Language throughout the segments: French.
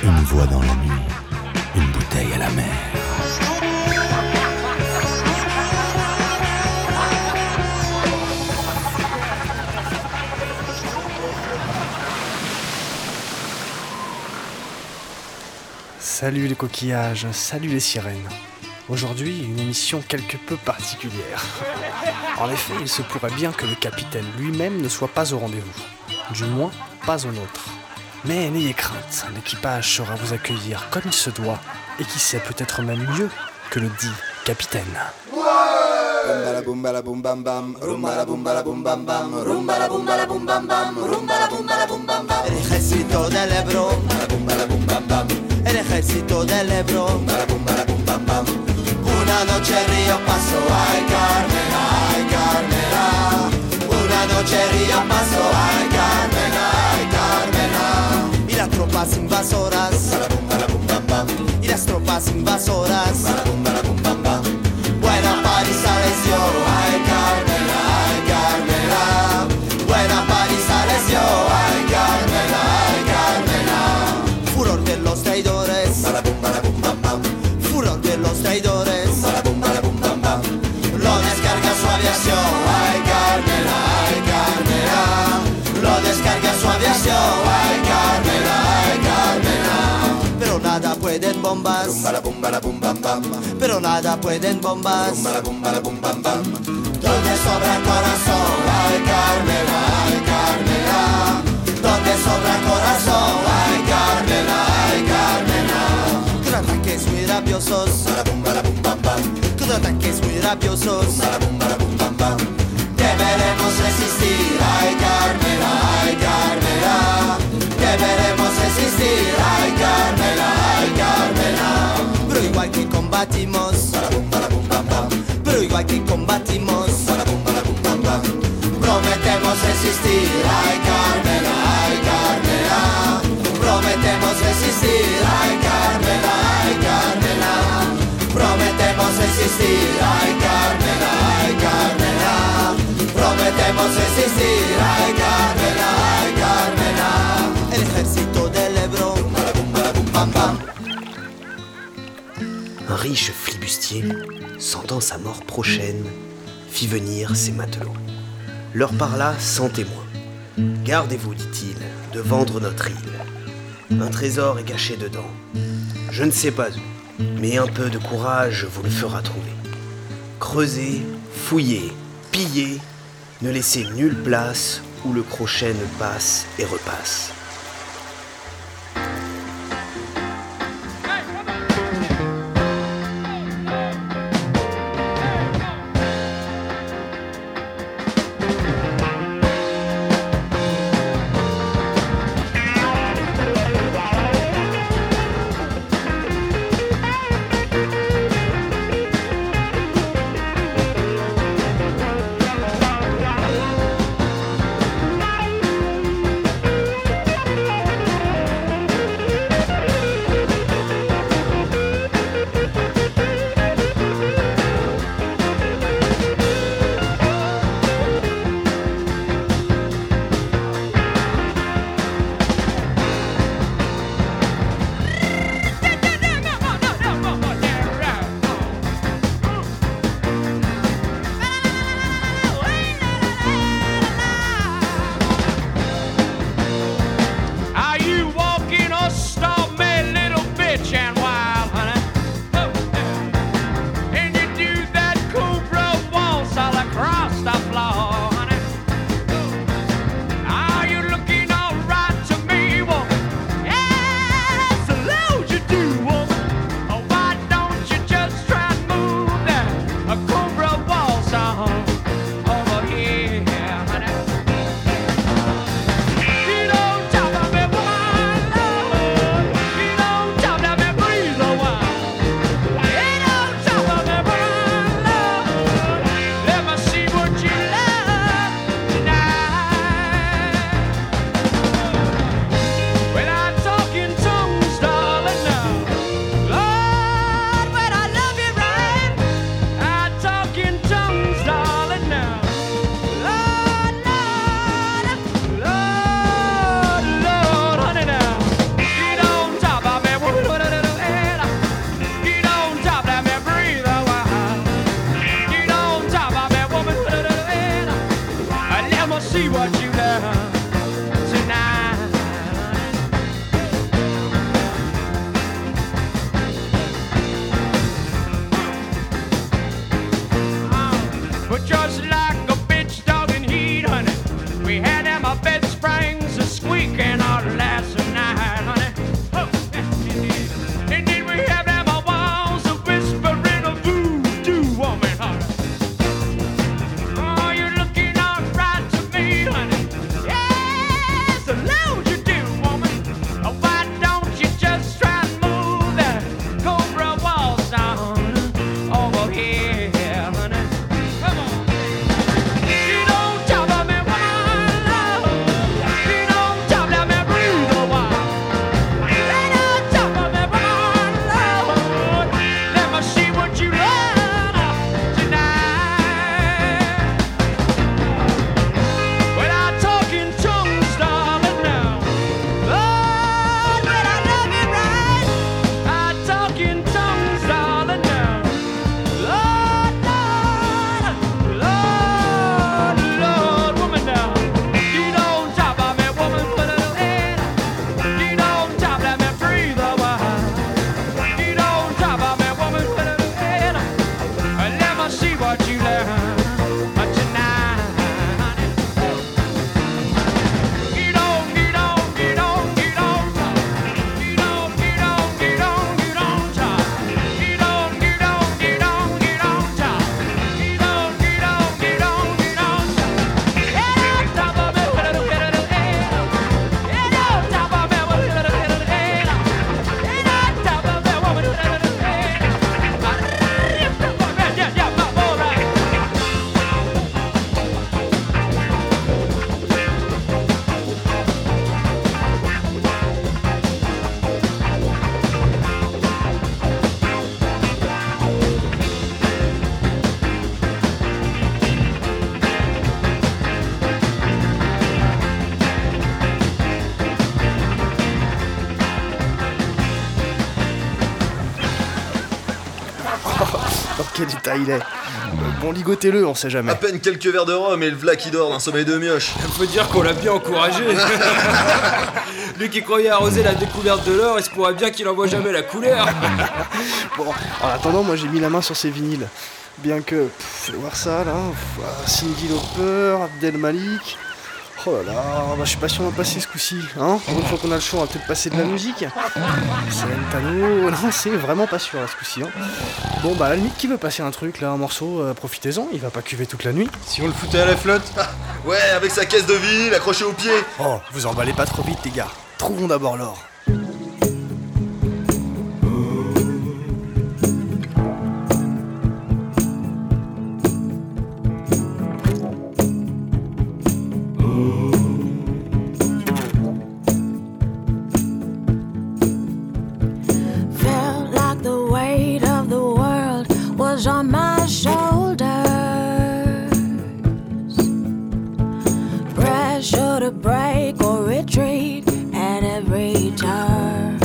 Une voix dans la nuit, une bouteille à la mer. Salut les coquillages, salut les sirènes. Aujourd'hui, une émission quelque peu particulière. En effet, il se pourrait bien que le capitaine lui-même ne soit pas au rendez-vous. Du moins, pas au nôtre. Mais n'ayez crainte, l'équipage saura vous accueillir comme il se doit, et qui sait peut-être même mieux que le dit capitaine. Rumba la boom la boom bam bam, rumba la boom bam bam, rumba la boom bam bam, rumba la boom bam bam. El ejército del Ebro, la boom bam bam. El ejército del Ebro, la boom bam bam. Una noche Río pasó, ay Carmela. Una noche Río pasó, ay Carmela. Y las tropas invasoras, la boom bam bam. Y las tropas invasoras, la boom bam bam. Buena paliza les dio, ay Carmela. Buena paliza les dio, ay Carmela. Furor de los traidores, bam bam. Furor de los traidores, bam bam. Lo descarga su aviación, ay Carmela. Lo descarga su aviación, ay Carmela. Pero nada pueden bombas, bam bam. Pero nada pueden bombas, bam bam. Donde sobra corazón, ay Carmela. Donde sobra corazón, ay Carmela. Con ataques muy rabiosos, bam bam. Con ataques muy rabiosos, bam bam. Deberemos resistir, ay Carmela. Deberemos resistir, ay Carmela. Pero igual que combatimos, pero igual que combatimos, prometemos resistir, ay Carmela. Prometemos resistir, ay Carmela. Prometemos resistir, ay Carmela. Prometemos resistir, ay Carmela. El ejército del Ebro, bam bam. Un riche flibustier, sentant sa mort prochaine, fit venir ses matelots. Leur parla sans témoin. « Gardez-vous, dit-il, de vendre notre île. Un trésor est caché dedans. Je ne sais pas où, mais un peu de courage vous le fera trouver. Creusez, fouillez, pillez, ne laissez nulle place où le crochet ne passe et repasse. » quel état il est. Bon, ligotez-le, on sait jamais. À peine quelques verres de rhum et le v'là qui dort d'un sommeil de mioche. Faut dire qu'on l'a bien encouragé. Lui qui croyait arroser la découverte de l'or, il se pourrait bien qu'il envoie jamais la couleur. Bon, en attendant, moi j'ai mis la main sur ces vinyles. Bien que, fais voir ça là, Cyndi Lauper, Abdel Malik. Oh là là, je suis pas sûr d'en passer ce coup-ci, hein. Pour une fois qu'on a le choix, on va peut-être passer de la musique. Celentano, non, c'est vraiment pas sûr là ce coup-ci, hein. Bon, à la limite, qui veut passer un truc là, un morceau, profitez-en, il va pas cuver toute la nuit. Si on le foutait à la flotte. Ouais, avec sa caisse de vinyle accrochée au pied. Oh, vous emballez pas trop vite, les gars. Trouvons d'abord l'or. On my shoulders, pressure to break or retreat at every turn,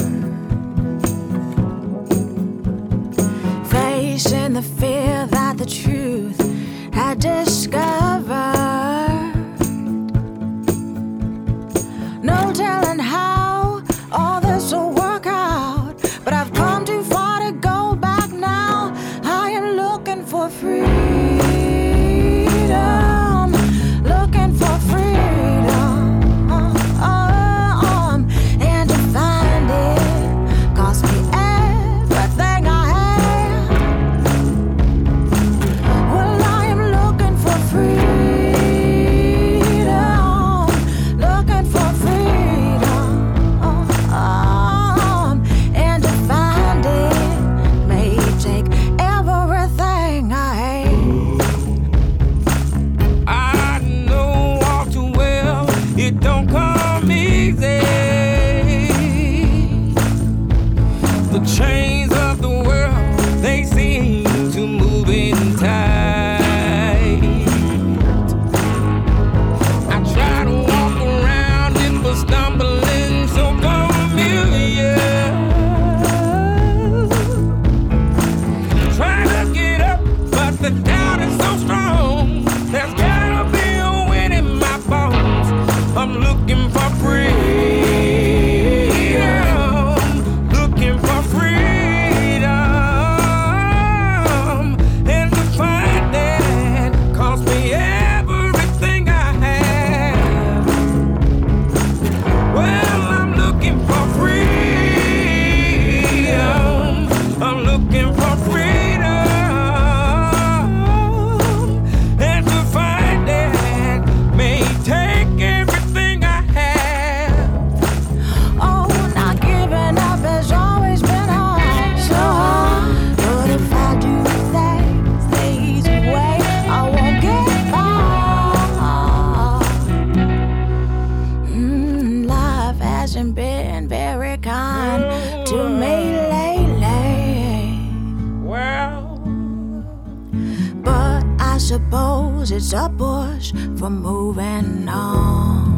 facing the fear that the truth had discovered. No telling how all this will work out, but I've come too far to go back now. Looking for freedom, looking for freedom, and to find it cost me everything I have. Well, I am looking for freedom, looking for freedom, and to find it may take everything I hate. I know all too well it don't come easy. The chains of the world, they seem to move in tight. I try to walk around it, but stumbling so familiar. The doubt is so strong. There's gotta be a wind in my bones. I'm looking for freedom, looking for freedom, and to find that cost me everything I have. Well, I'm looking for freedom. I'm looking for freedom. Been very kind to me lately. Well, but I suppose it's a push for moving on.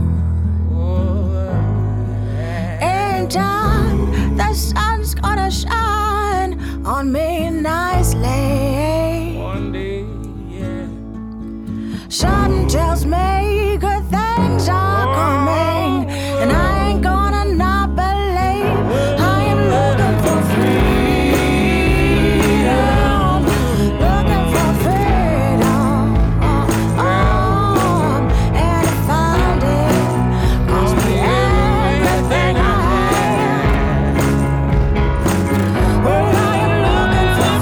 In time, the sun's gonna shine on me nicely. one day, yeah. Something tells me good things are coming, and I ain't gonna not believe. I am looking for freedom, looking for freedom, and to find it cost me everything I have. Well, I am looking for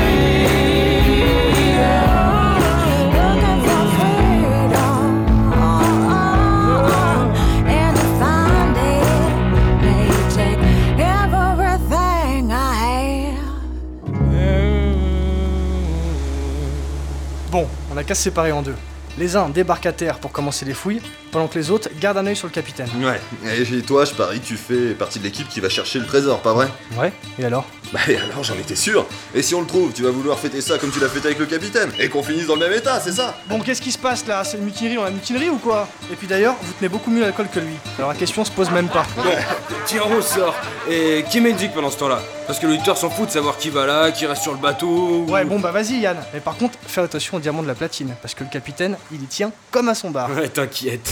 freedom, looking for freedom, and to find it may take everything I have. Bon, on a qu'à se séparer en deux. Les uns débarquent à terre pour commencer les fouilles, pendant que les autres gardent un œil sur le capitaine. Ouais, et chez toi, je parie que tu fais partie de l'équipe qui va chercher le trésor, pas vrai? Ouais, et alors? Bah et alors, j'en étais sûr. Et si on le trouve, tu vas vouloir fêter ça comme tu l'as fêté avec le capitaine, et qu'on finisse dans le même état, c'est ça? Bon, qu'est-ce qui se passe là? C'est une mutinerie, on a une mutinerie ou quoi? Et puis d'ailleurs, vous tenez beaucoup mieux l'alcool que lui, alors la question se pose même pas. Bon, tirons au sort. Et qui m'indique pendant ce temps-là? Parce que l'auditeur s'en fout de savoir qui va là, qui reste sur le bateau. Ouais, bon bah vas-y Yann, mais par contre, fais attention au diamant de la platine, parce que le capitaine, il y tient comme à son bar. Ouais, t'inquiète.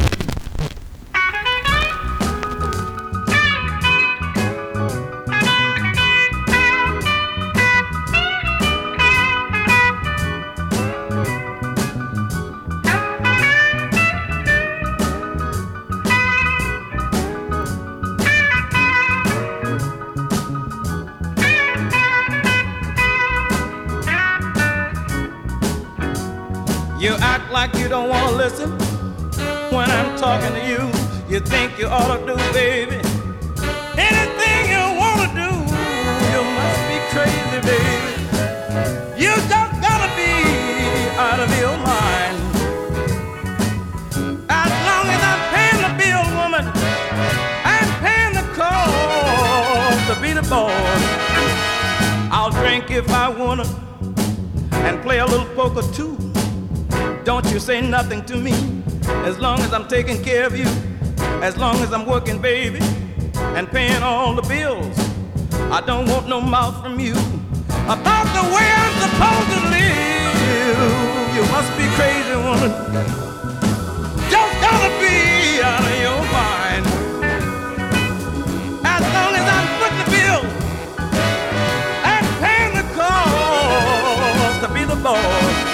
You act like you don't wanna listen when I'm talking to you. You think you ought to do, baby, anything you wanna do. You must be crazy, baby. You just gotta be out of your mind. As long as I'm paying the bill, woman, I'm paying the cost to be the boss. I'll drink if I wanna and play a little poker too. Don't you say nothing to me, as long as I'm taking care of you, as long as I'm working, baby, and paying all the bills. I don't want no mouth from you about the way I'm supposed to live. You must be crazy, woman. Just gotta be out of your mind. As long as I'm footing the bill and paying the cost to be the boss.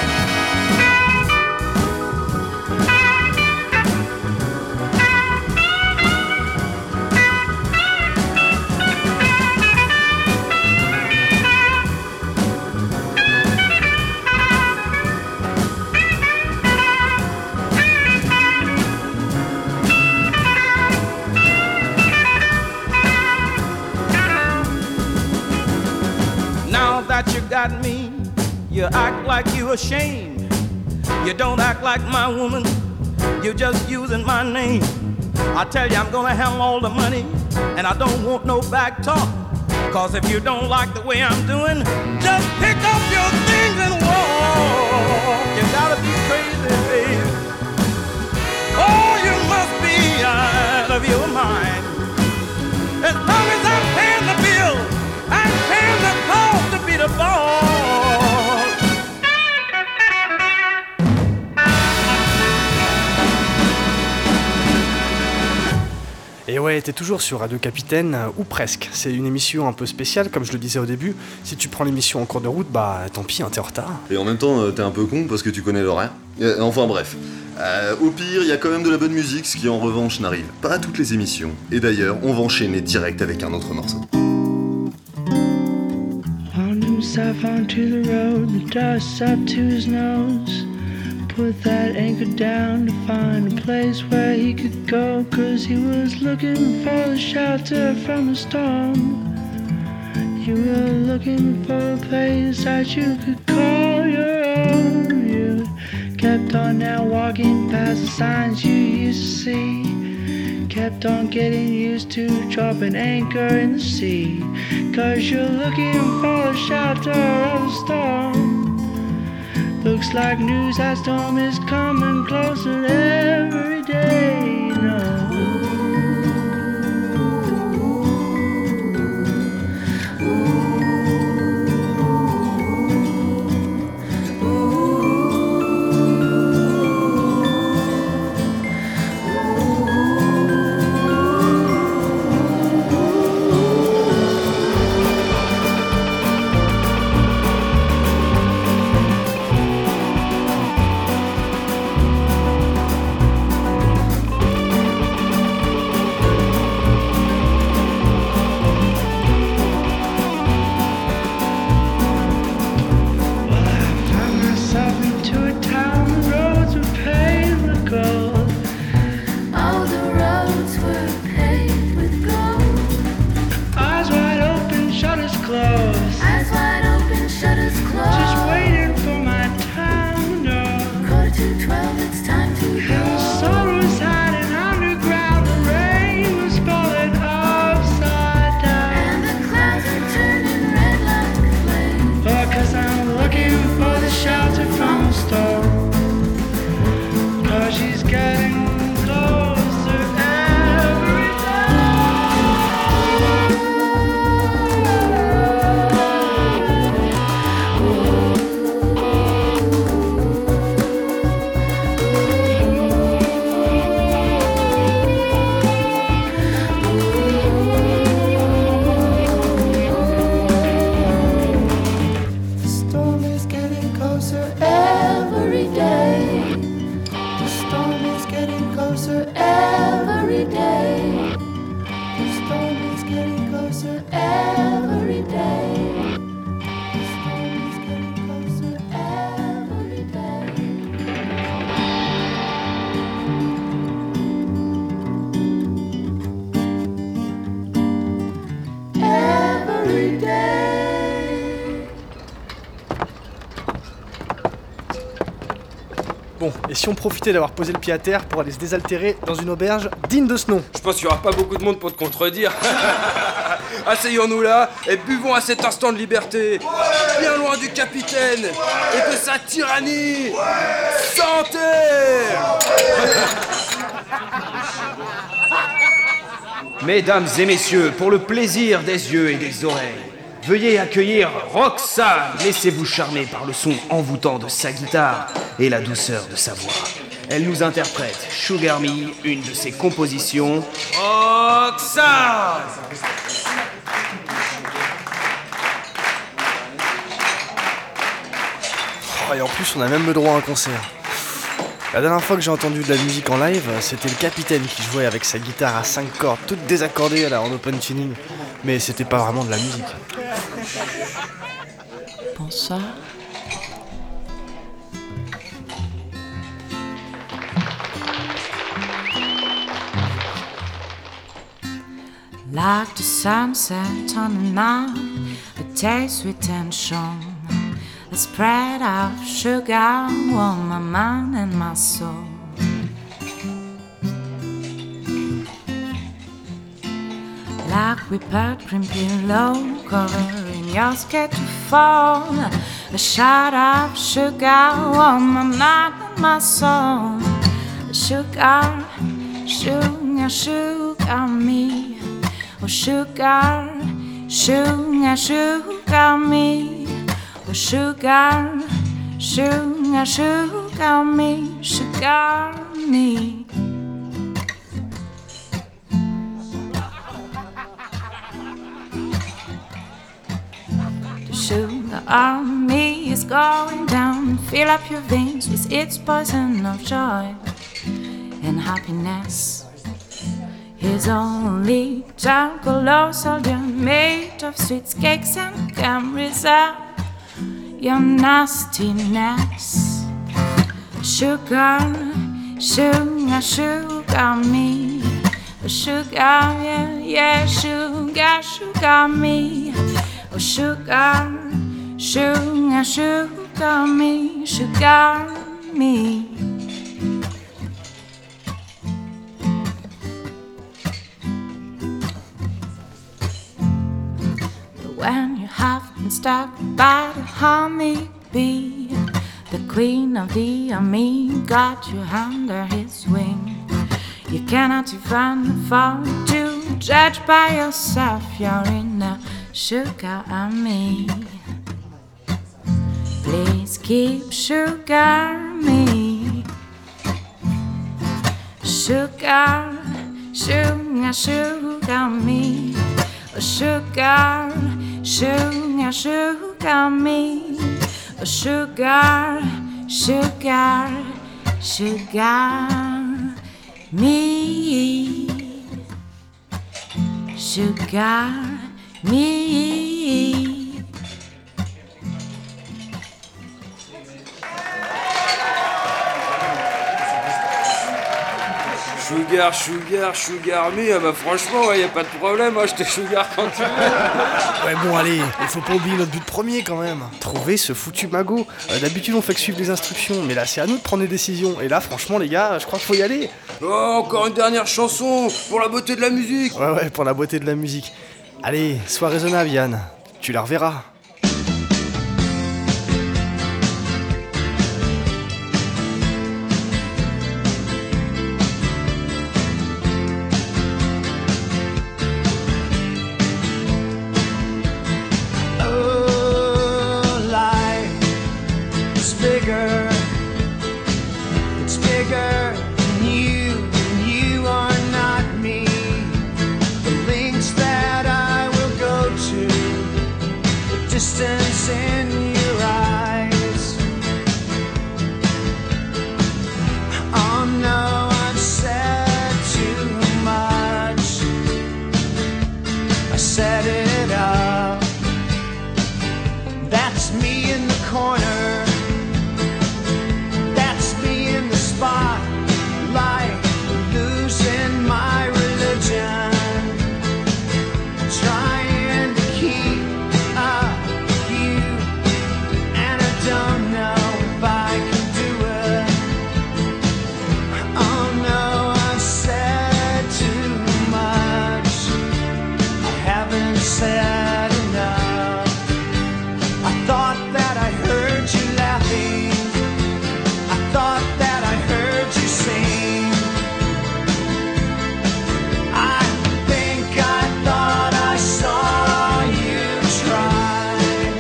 That you got me, you act like you ashamed. You don't act like my woman, you're just using my name. I tell you I'm gonna handle all the money, and I don't want no back talk. Cause if you don't like the way I'm doing, just pick up your things and walk. You gotta be crazy, baby. Oh, you must be out of your mind. As long as I'm paying the bill, I'm paying the cost to be the boss. Et ouais, t'es toujours sur Radio Capitaine, ou presque. C'est une émission un peu spéciale, comme je le disais au début. Si tu prends l'émission en cours de route, bah tant pis, hein, t'es en retard. Et en même temps, t'es un peu con parce que tu connais l'horaire. Enfin bref. Au pire, il y a quand même de la bonne musique, ce qui en revanche n'arrive pas à toutes les émissions. Et d'ailleurs, on va enchaîner direct avec un autre morceau. Himself onto the road, the dust up to his nose. Put that anchor down to find a place where he could go, 'cause he was looking for the shelter from the storm. You were looking for a place that you could call your own. You kept on now walking past the signs you used to see. Kept on getting used to dropping anchor in the sea, 'cause you're looking for the shelter of the storm. Looks like news that storm is coming closer every day, you know. closer every day. The storm is getting closer every day. Every day. Bon, et si on profitait d'avoir posé le pied à terre pour aller se désaltérer dans une auberge digne de ce nom? Je pense qu'il n'y aura pas beaucoup de monde pour te contredire. Asseyons-nous là et buvons à cet instant de liberté, bien loin du capitaine et de sa tyrannie. Santé! Mesdames et messieurs, pour le plaisir des yeux et des oreilles, veuillez accueillir Roxane. Laissez-vous charmer par le son envoûtant de sa guitare et la douceur de sa voix. Elle nous interprète Sugar Me, une de ses compositions. Roxane! Oh, et en plus, on a même le droit à un concert. La dernière fois que j'ai entendu de la musique en live, c'était le capitaine qui jouait avec sa guitare à 5 cordes, toute désaccordée là, en open tuning. Mais c'était pas vraiment de la musique. Bonsoir. Like the sunset on the night, a taste retention, a spread of sugar on my mind and my soul. Like we put cream pillow covering your scared to fall, a shot of sugar on my mind and my soul. Sugar, sugar, sugar me. Oh sugar, sugar, sugar me. Oh sugar, sugar, sugar me, sugar me. The sugar on me is going down. Fill up your veins with its poison of joy and happiness. His only chocolate soldier made of sweet cakes and can reserve your nastiness. Sugar, sugar, sugar me. Sugar, yeah, yeah, sugar, sugar me. Oh, sugar, sugar, sugar me, sugar me. When you have been stuck by the honeybee, the queen of the army got you under his wing. You cannot even afford to judge by yourself. You're in the sugar army. Please keep sugar me. Sugar, sugar, sugar me. Sugar, sugar, sugar me. Sugar, sugar, sugar me. Sugar me. Sugar, sugar, sugar me, ah bah franchement, ouais, y a pas de problème, moi je te sugar quand tu veux. Ouais bon allez, il faut pas oublier notre but premier quand même. Trouver ce foutu magot. D'habitude on fait que suivre les instructions, mais là c'est à nous de prendre des décisions. Et là franchement les gars, je crois qu'il faut y aller. Oh, encore une dernière chanson, pour la beauté de la musique. Ouais, pour la beauté de la musique. Allez, sois raisonnable Yann, tu la reverras. Distance in your eyes. Oh no, I've said too much. I said it said enough. I thought that I heard you laughing. I thought that I heard you sing. I think I thought I saw you try.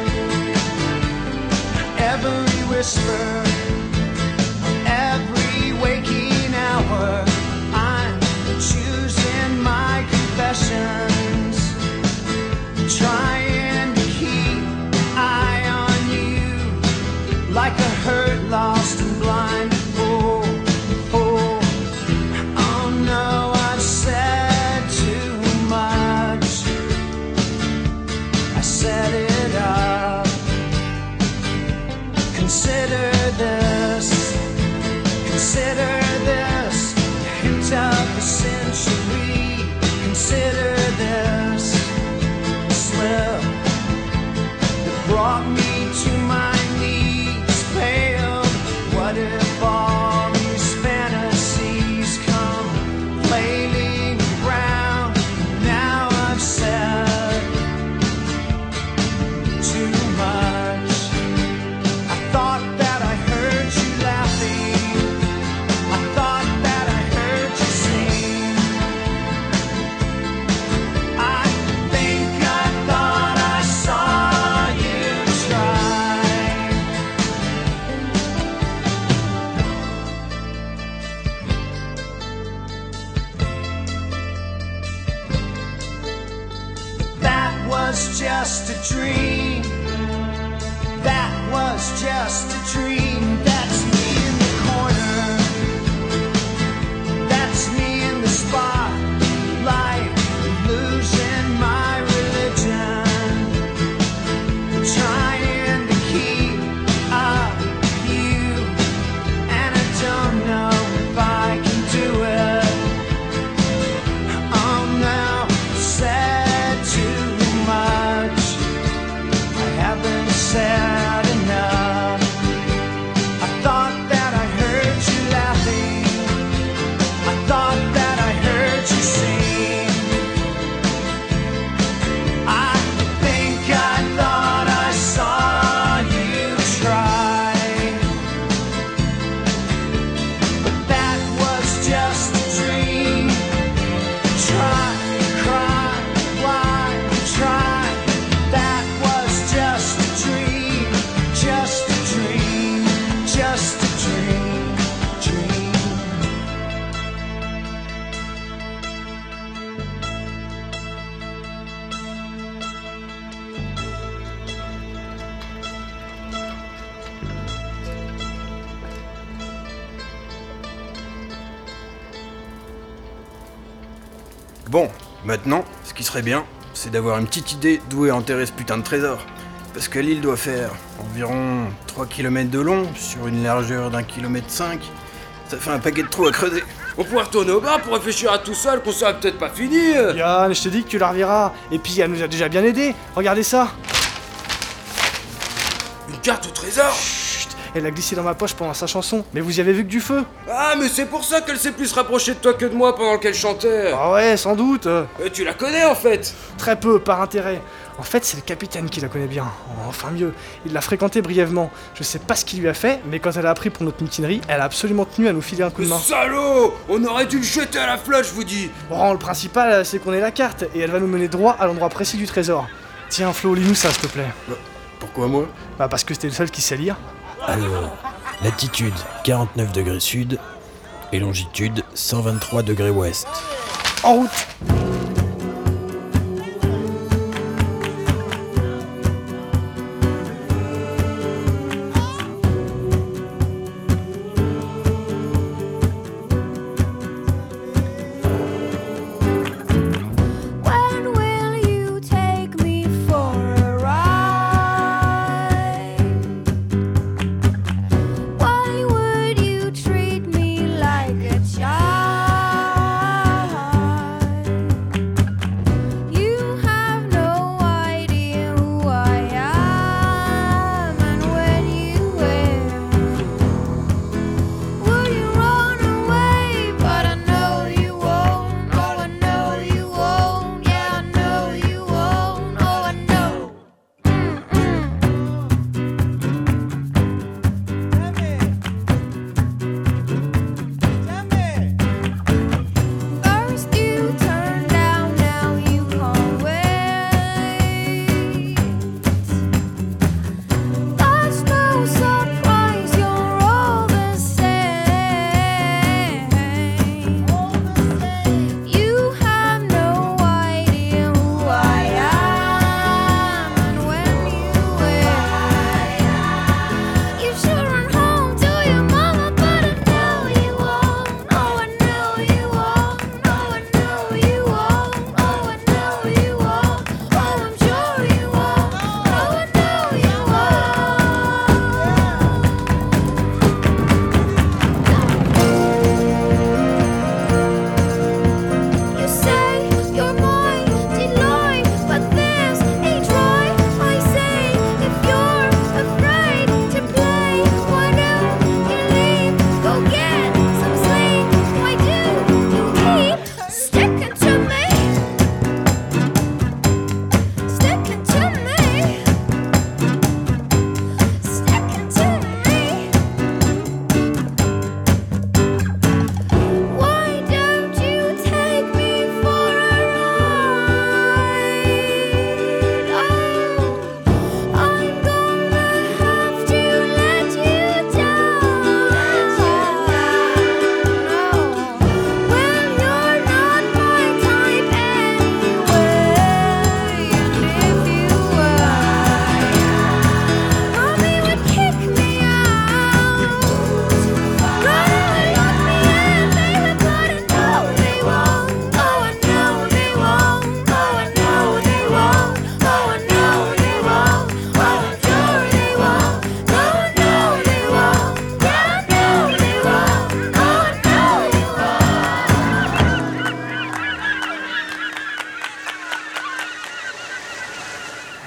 Every whisper, every waking hour, I'm choosing my confessions, trying to keep eye on you, like a hurt, lost and blind. Oh, oh, oh no, I've said too much. I set it up. Consider this, consider this, a hint of the century. Consider this, a slip that brought me to my knees, pale. What if all these fantasies come flailing around? Now I've said too much. I thought that I heard you laughing. I thought that I heard you sing. I think I thought I saw you try. That was just a dream. That was just a dream. That's me in the corner. That's me in the spotlight, losing my religion, trying to keep up with you, and I don't know if I can do it. Oh no, said too much. I haven't said enough. I thought that I heard you laughing. I thought that I heard you sing. I think I thought I saw you try. But that was just a dream. Try, cry, why, try. That was just a dream, just a dream, just a dream, dream. Bon, maintenant, ce qui serait bien, c'est d'avoir une petite idée d'où est enterré ce putain de trésor. Parce que l'île doit faire environ 3 km de long, sur une largeur d'1,5 km. Ça fait un paquet de trous à creuser. On pourrait retourner au bar pour réfléchir à tout ça, le concert a peut-être pas fini. Yann, je te dis que tu la reverras. Et puis, elle nous a déjà bien aidés. Regardez ça. Une carte au trésor. Chut, elle a glissé dans ma poche pendant sa chanson. Mais vous y avez vu que du feu. Ah, mais c'est pour ça qu'elle s'est plus rapprochée de toi que de moi pendant qu'elle chantait. Ah ouais, sans doute. Tu la connais en fait. Très peu, par intérêt. En fait, c'est le capitaine qui la connaît bien. Enfin mieux, il l'a fréquentée brièvement. Je sais pas ce qu'il lui a fait, mais quand elle a appris pour notre mutinerie, elle a absolument tenu à nous filer un coup de main. Salaud! On aurait dû le jeter à la flotte, je vous dis. Bon, le principal, c'est qu'on ait la carte, et elle va nous mener droit à l'endroit précis du trésor. Tiens, Flo, lis-nous ça, s'il te plaît. Pourquoi moi? Bah parce que c'était le seul qui sait lire. Alors, latitude 49 degrés sud et longitude 123 degrés ouest. En route!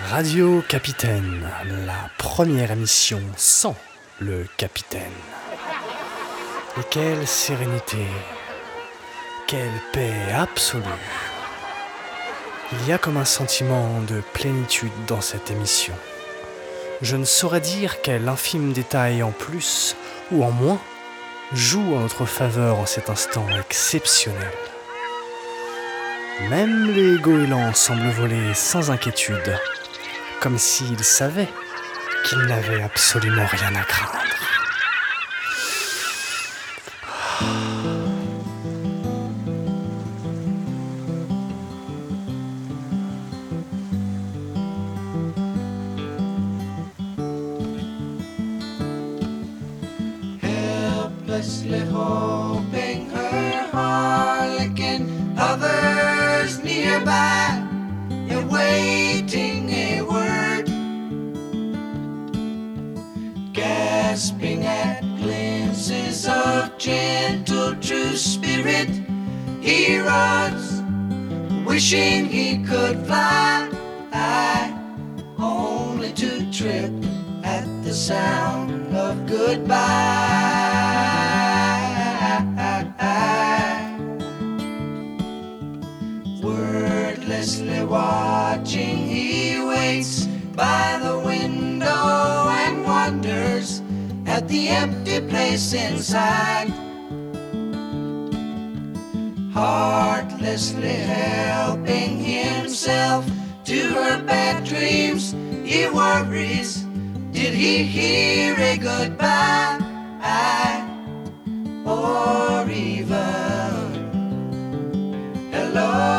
Radio Capitaine, la première émission sans le capitaine. Et quelle sérénité, quelle paix absolue. Il y a comme un sentiment de plénitude dans cette émission. Je ne saurais dire quel infime détail en plus ou en moins joue en notre faveur en cet instant exceptionnel. Même les goélands semblent voler sans inquiétude, comme s'ils savaient qu'ils n'avaient absolument rien à craindre. Helplessly hoping her harlequin hovers nearby, awaiting a word, gasping at glimpses of gentle true spirit. He runs, wishing he could fly, only to trip at the sound of goodbye. Wordlessly watching, he waits by the window and wonders at the empty place inside. Heartlessly helping himself to her bad dreams, he worries, did he hear a goodbye? Or even hello?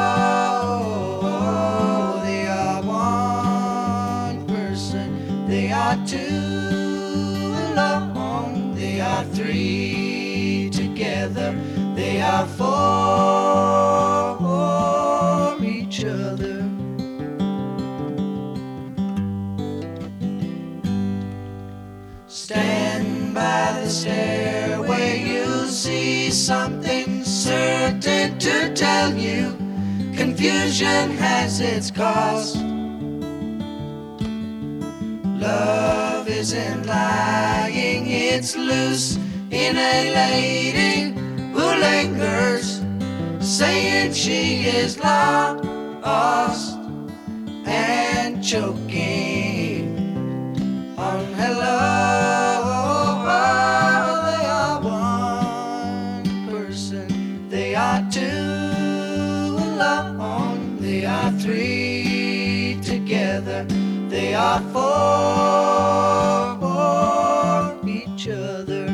They are one person, they are two alone, they are three together, they are for each other. Stand by the stairway, you'll see something certain to tell you. Confusion has its cost. Love isn't lying, it's loose in a lady who lingers, saying she is lost and choking on hello. They are one person, they are two alone, they are three together, they are for each other.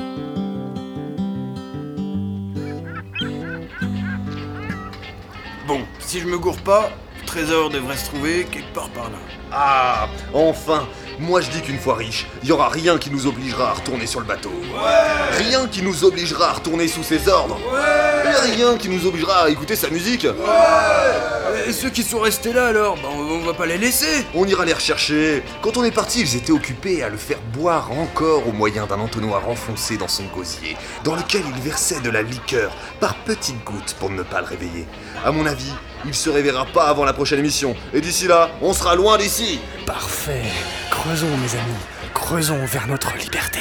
Bon, si je me gourre pas, le trésor devrait se trouver quelque part par là. Ah, enfin. Moi je dis qu'une fois riche, il y aura rien qui nous obligera à retourner sur le bateau. Rien qui nous obligera à retourner sous ses ordres. Et rien qui nous obligera à écouter sa musique. Et ceux qui sont restés là alors, on va pas les laisser. On ira les rechercher. Quand on est parti, ils étaient occupés à le faire boire encore au moyen d'un entonnoir enfoncé dans son gosier, dans lequel il versait de la liqueur par petites gouttes pour ne pas le réveiller. À mon avis, il se réveillera pas avant la prochaine émission. Et d'ici là, on sera loin d'ici. Parfait. Creusons, mes amis. Creusons vers notre liberté.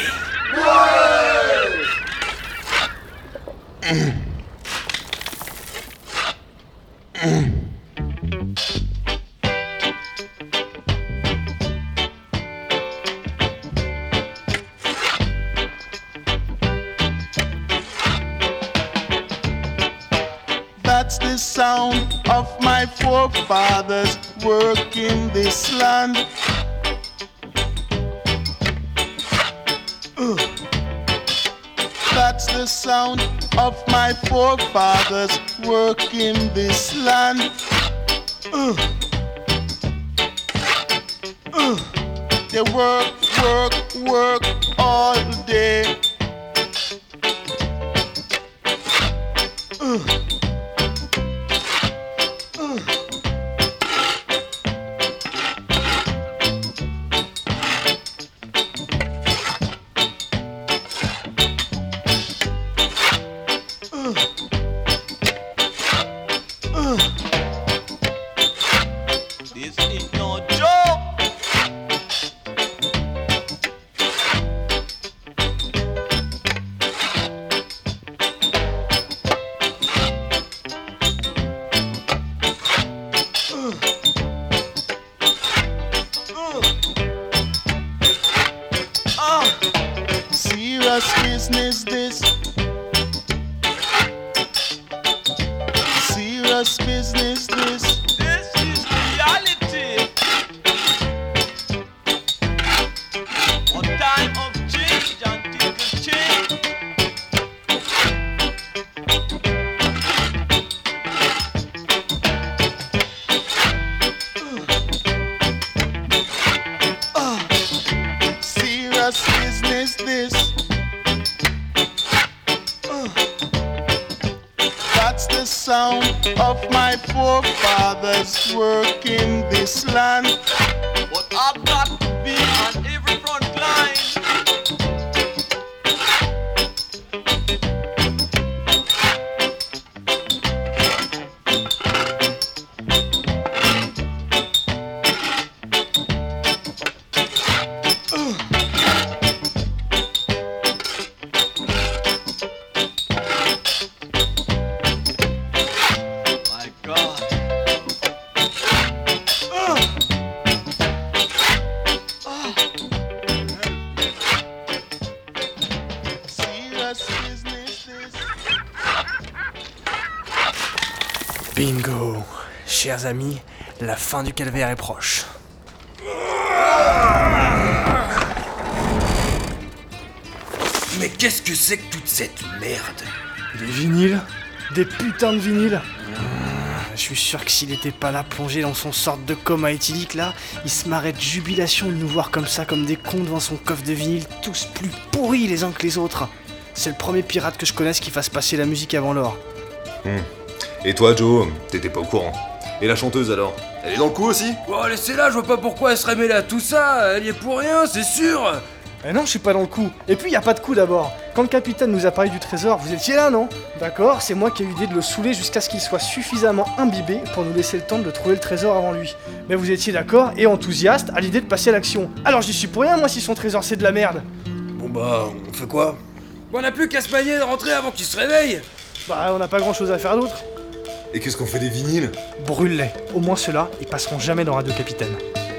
That's the sound of my forefathers working this land. That's the sound of my forefathers working this land. They work, work, work all day. This ain't no joke. of my forefathers work in this land. But I've got to be on every front line. Bingo! Chers amis, la fin du calvaire est proche. Mais qu'est-ce que c'est que toute cette merde? Des vinyles? Des putains de vinyles? Je suis sûr que s'il était pas là, plongé dans son sorte de coma éthylique là, il se marrait de jubilation de nous voir comme ça, comme des cons devant son coffre de vinyle, tous plus pourris les uns que les autres. C'est le premier pirate que je connaisse qui fasse passer la musique avant l'or. Et toi, Joe, t'étais pas au courant. Et la chanteuse alors? Elle est dans le coup aussi? Oh, laissez-la, je vois pas pourquoi elle serait mêlée à tout ça, elle y est pour rien, c'est sûr. Eh non, je suis pas dans le coup. Et puis y a pas de coup d'abord. Quand le capitaine nous a parlé du trésor, vous étiez là, non? D'accord, c'est moi qui ai eu l'idée de le saouler jusqu'à ce qu'il soit suffisamment imbibé pour nous laisser le temps de trouver le trésor avant lui. Mais vous étiez d'accord et enthousiaste à l'idée de passer à l'action. Alors j'y suis pour rien, moi, si son trésor c'est de la merde. Bon bah, on fait quoi? Bon, on a plus qu'à se manier de rentrer avant qu'il se réveille. Bah, on n'a pas grand chose à faire d'autre. Et qu'est-ce qu'on fait des vinyles? Brûle-les. Au moins ceux-là, ils passeront jamais dans Radio Capitaine.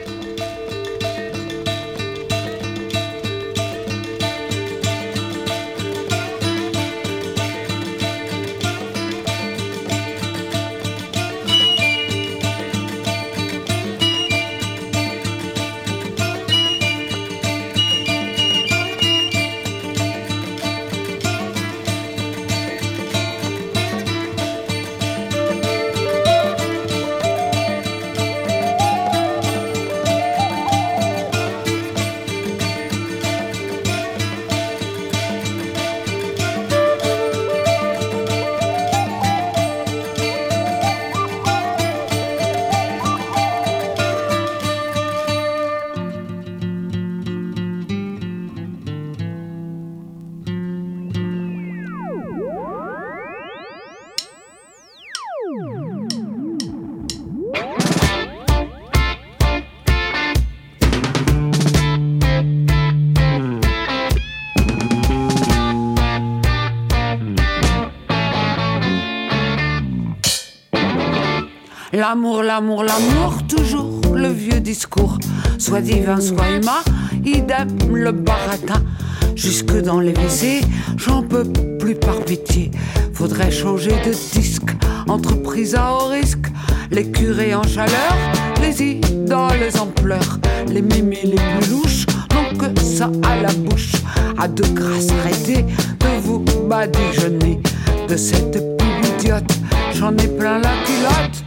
L'amour, l'amour, l'amour, toujours le vieux discours. Soit divin, soit humain, idem le baratin. Jusque dans les WC, j'en peux plus par pitié. Faudrait changer de disque, entreprise à haut risque. Les curés en chaleur, les idoles en pleurs. Les mémés les plus louches n'ont que ça à la bouche. À de grâce, arrêtez de vous badigeonner. De cette pub idiote, j'en ai plein la culotte.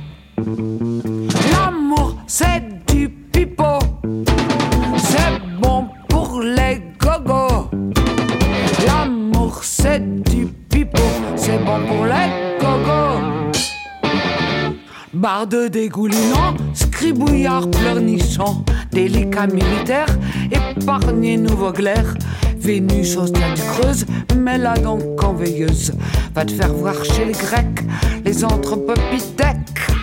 L'amour, c'est du pipeau. C'est bon pour les gogos. L'amour, c'est du pipeau. C'est bon pour les gogos. Barde dégoulinant, scribouillard pleurnichant, délicat militaire, épargné nouveau glaire. Vénus au stade creuse, mets-la donc en veilleuse. Va te faire voir chez les Grecs, les anthropopithèques.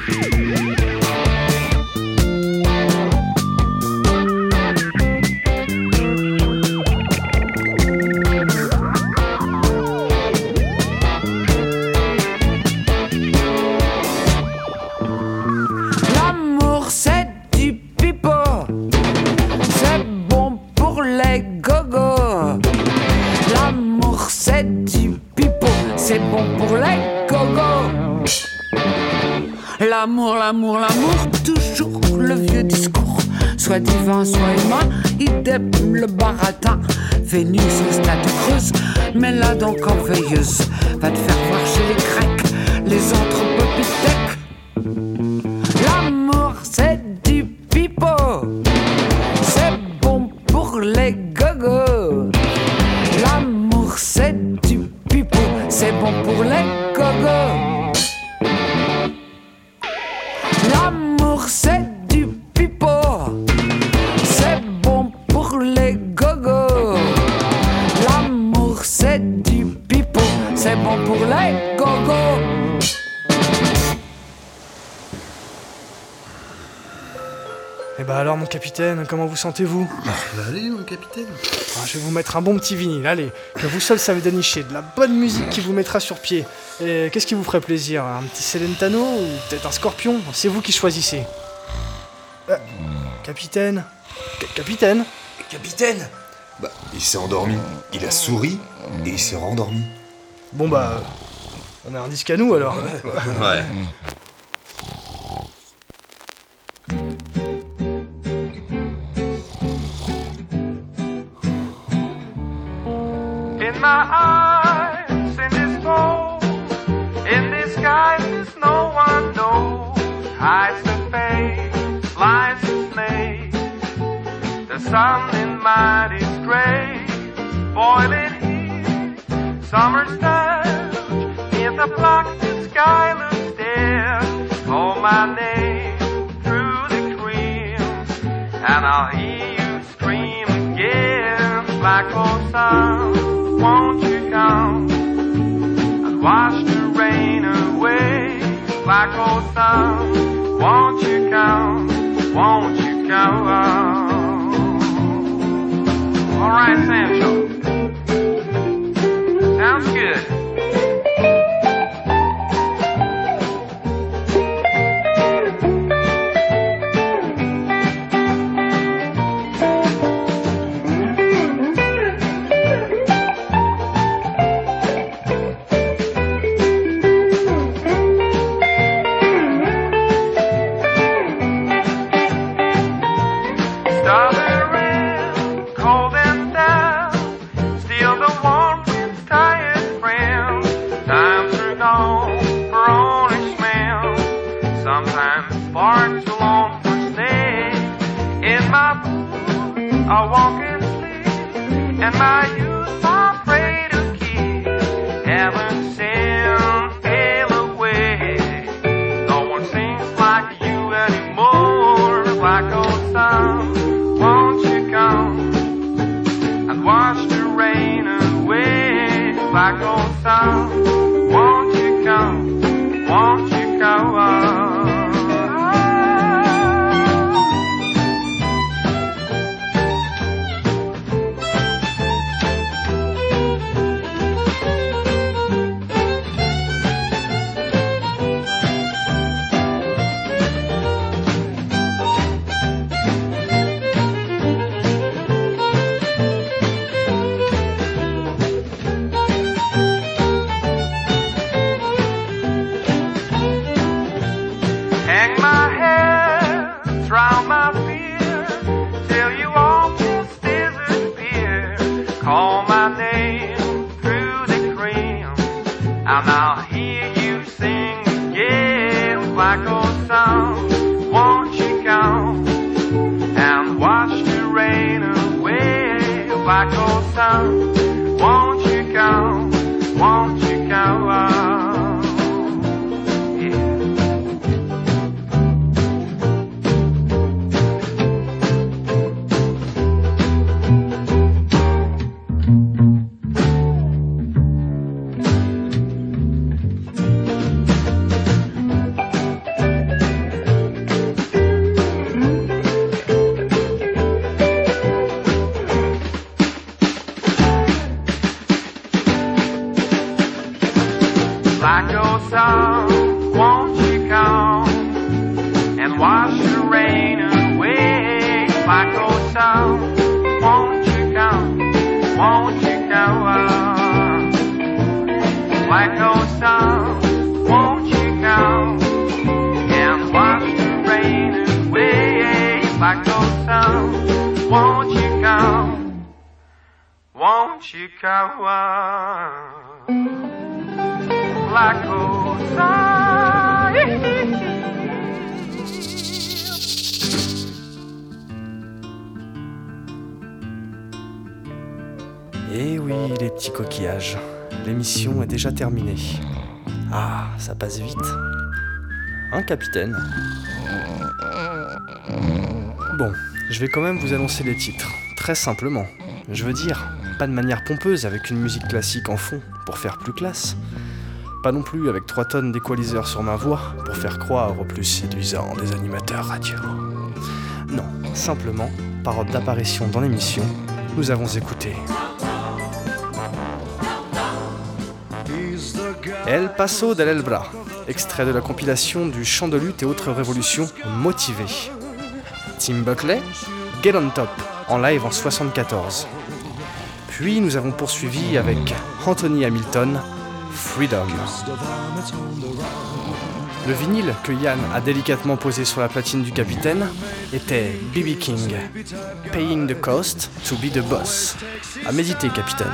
L'amour c'est du pipeau, c'est bon pour les gogos. L'amour c'est du pipeau, c'est bon pour les gogos. L'amour, l'amour, l'amour, toujours le vieux discours. Soit divin, soit humain, idem le baratin. Vénus au stade creuse, mets-la donc en veilleuse. Va te faire voir chez les Grecs, les anthropopithèques. L'amour c'est du pipeau, c'est bon pour les gogos. L'amour c'est du pipeau, c'est bon pour les gogos. Eh bah alors mon capitaine, comment vous sentez-vous? Allez mon capitaine. Je vais vous mettre un bon petit vinyle, allez, que vous seul savez dénicher, de la bonne musique qui vous mettra sur pied. Et qu'est-ce qui vous ferait plaisir? Un petit Celentano ou peut-être un Scorpion? C'est vous qui choisissez. Capitaine? Capitaine? Capitaine? Bah, il s'est endormi. Il a souri et il s'est rendormi. Bon bah, on a un disque à nous alors. Ouais. In my eyes, in this soul, in this sky, there's no one knows. Hides the face, slides the snake. The sun in mine is gray, boiling heat. Summer's touch in the black, the sky looks dead. Call my name through the cream, and I'll hear you scream again. Black old sun, won't you come and wash the rain away? Black old sun, won't you come, won't you come? All right, Sancho. Sounds good. I walk and sleep, and my youth I pray to keep. Heaven send sail away. No one sings like you anymore. Black old sun, won't you come and wash the rain away? Black old sun, won't you come, won't you come? Hang my hands round my fear till you all just disappear. Call my name through the cream, and I'll hear you sing again. Black old sun, won't you come and wash the rain away? Black old sun, won't you come, won't you come? Black old sun, won't you come and wash the rain away? Black old sun, won't you come, won't you come? Black old sun, won't you come and wash the rain away? Black old sun, won't you come, won't you come? Black old sun. Eh oui, les petits coquillages, l'émission est déjà terminée. Ah, ça passe vite. Hein, capitaine? Bon, je vais quand même vous annoncer les titres, très simplement. Je veux dire, pas de manière pompeuse avec une musique classique en fond, pour faire plus classe. Pas non plus avec 3 tonnes d'équaliseurs sur ma voix, pour faire croire au plus séduisant des animateurs radio. Non, simplement, par ordre d'apparition dans l'émission, nous avons écouté El Paso del Elbra, extrait de la compilation du chant de lutte et autres révolutions motivées. Tim Buckley, Get on Top, en live en 1974. Puis nous avons poursuivi avec Anthony Hamilton, Freedom. Le vinyle que Yann a délicatement posé sur la platine du capitaine était B.B. King, Paying the Cost to be the Boss. À méditer, capitaine.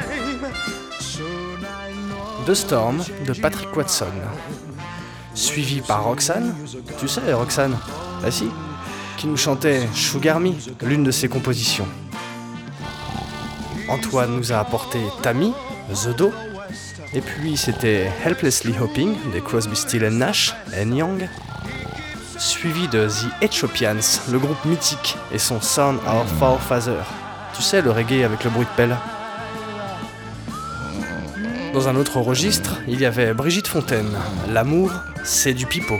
The Storm de Patrick Watson, suivi par Roxanne, tu sais Roxanne, bah si, qui nous chantait Sugar Me, l'une de ses compositions. Antoine nous a apporté Tammy, The Do, et puis c'était Helplessly Hoping des Crosby, Still Nash & Young, suivi de The Ethiopians, le groupe mythique, et son Son of Forefather, tu sais le reggae avec le bruit de pelle. Dans un autre registre, il y avait Brigitte Fontaine, L'amour, c'est du pipeau.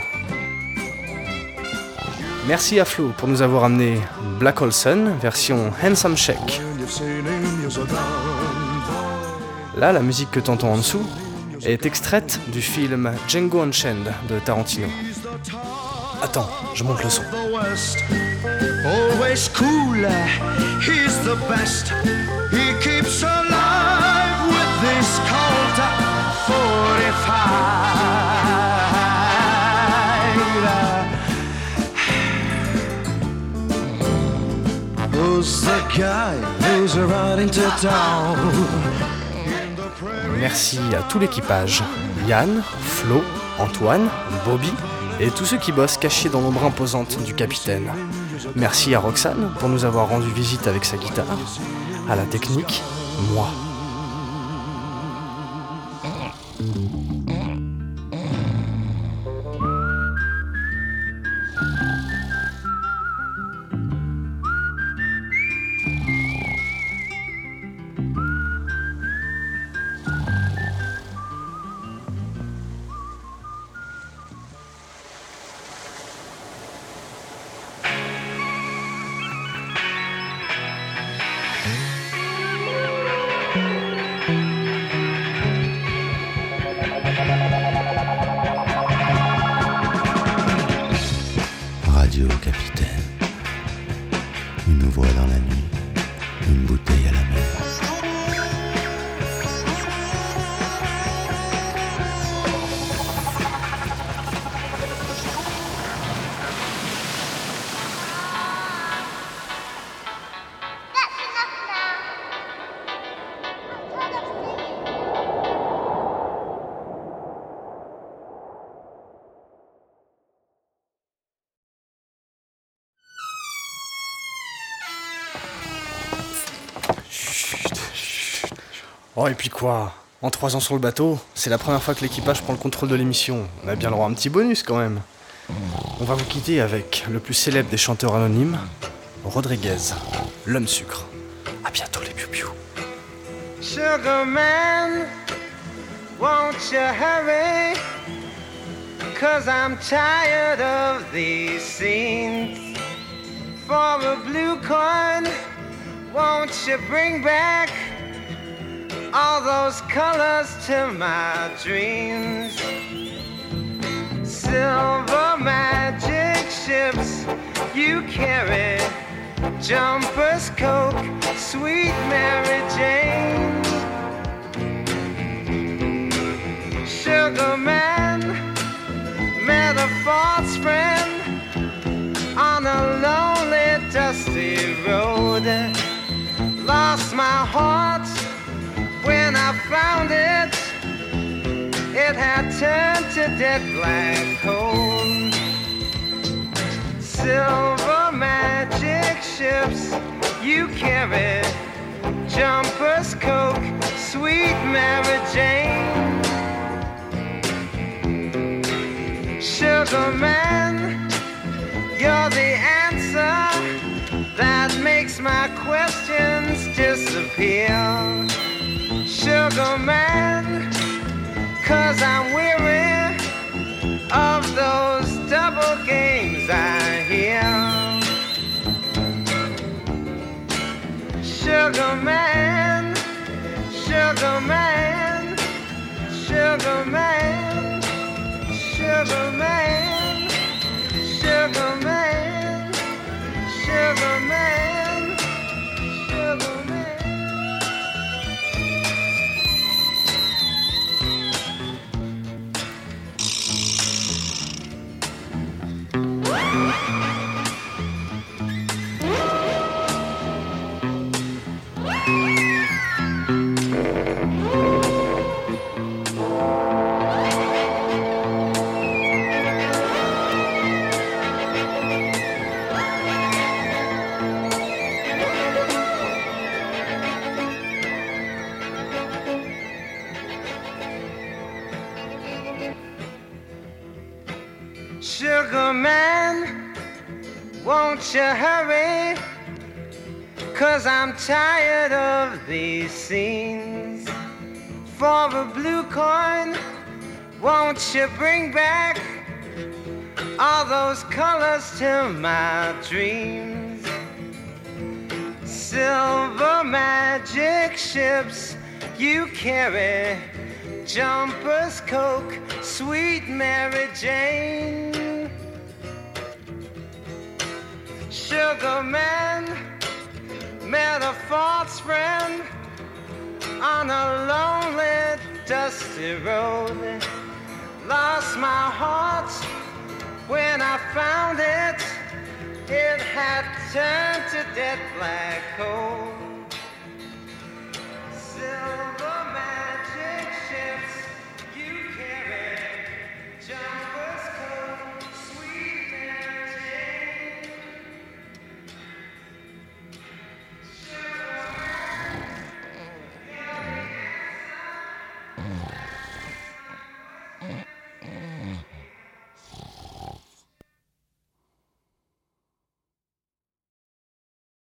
Merci à Flo pour nous avoir amené Black Hole Sun, version Handsome Shake. Là, la musique que t'entends en dessous est extraite du film Django Unchained de Tarantino. Attends, je monte le son. Always cool, he's the best. He keeps alive with this Colt 45. Who's the guy who's riding to town? Merci à tout l'équipage, Yann, Flo, Antoine, Bobby et tous ceux qui bossent cachés dans l'ombre imposante du capitaine. Merci à Roxane pour nous avoir rendu visite avec sa guitare, à la technique, moi. Radio Capitaine, une voix dans la nuit, une bouteille à la mer. Oh et puis quoi? En 3 ans sur le bateau, c'est la première fois que l'équipage prend le contrôle de l'émission. On a bien le droit à un petit bonus quand même. On va vous quitter avec le plus célèbre des chanteurs anonymes, Rodriguez, l'homme sucre. À bientôt les piou-piou. Sugar man, won't you hurry? 'Cause I'm tired of these scenes. For a blue coin, won't you bring back all those colors to my dreams? Silver magic ships you carry, jumpers, Coke, sweet Mary Jane. Sugar man, met a false friend on a lonely, dusty road. Lost my heart when I found it, it had turned to dead black coal. Silver magic ships you carry, jumpers, Coke, sweet Mary Jane. Sugar man, you're the answer that makes my questions disappear. Sugar man, 'cause I'm weary of those double games I hear. man, sugar man, sugar man, sugar man, sugar man, sugar man, sugar man. Sugar man, won't you hurry? 'Cause I'm tired of these scenes. For a blue coin, won't you bring back all those colors to my dreams? Silver magic ships you carry, Jumpers, Coke, sweet Mary Jane. Sugar man, met a false friend on a lonely, dusty road. Lost my heart when I found it. It had turned to dead black coal.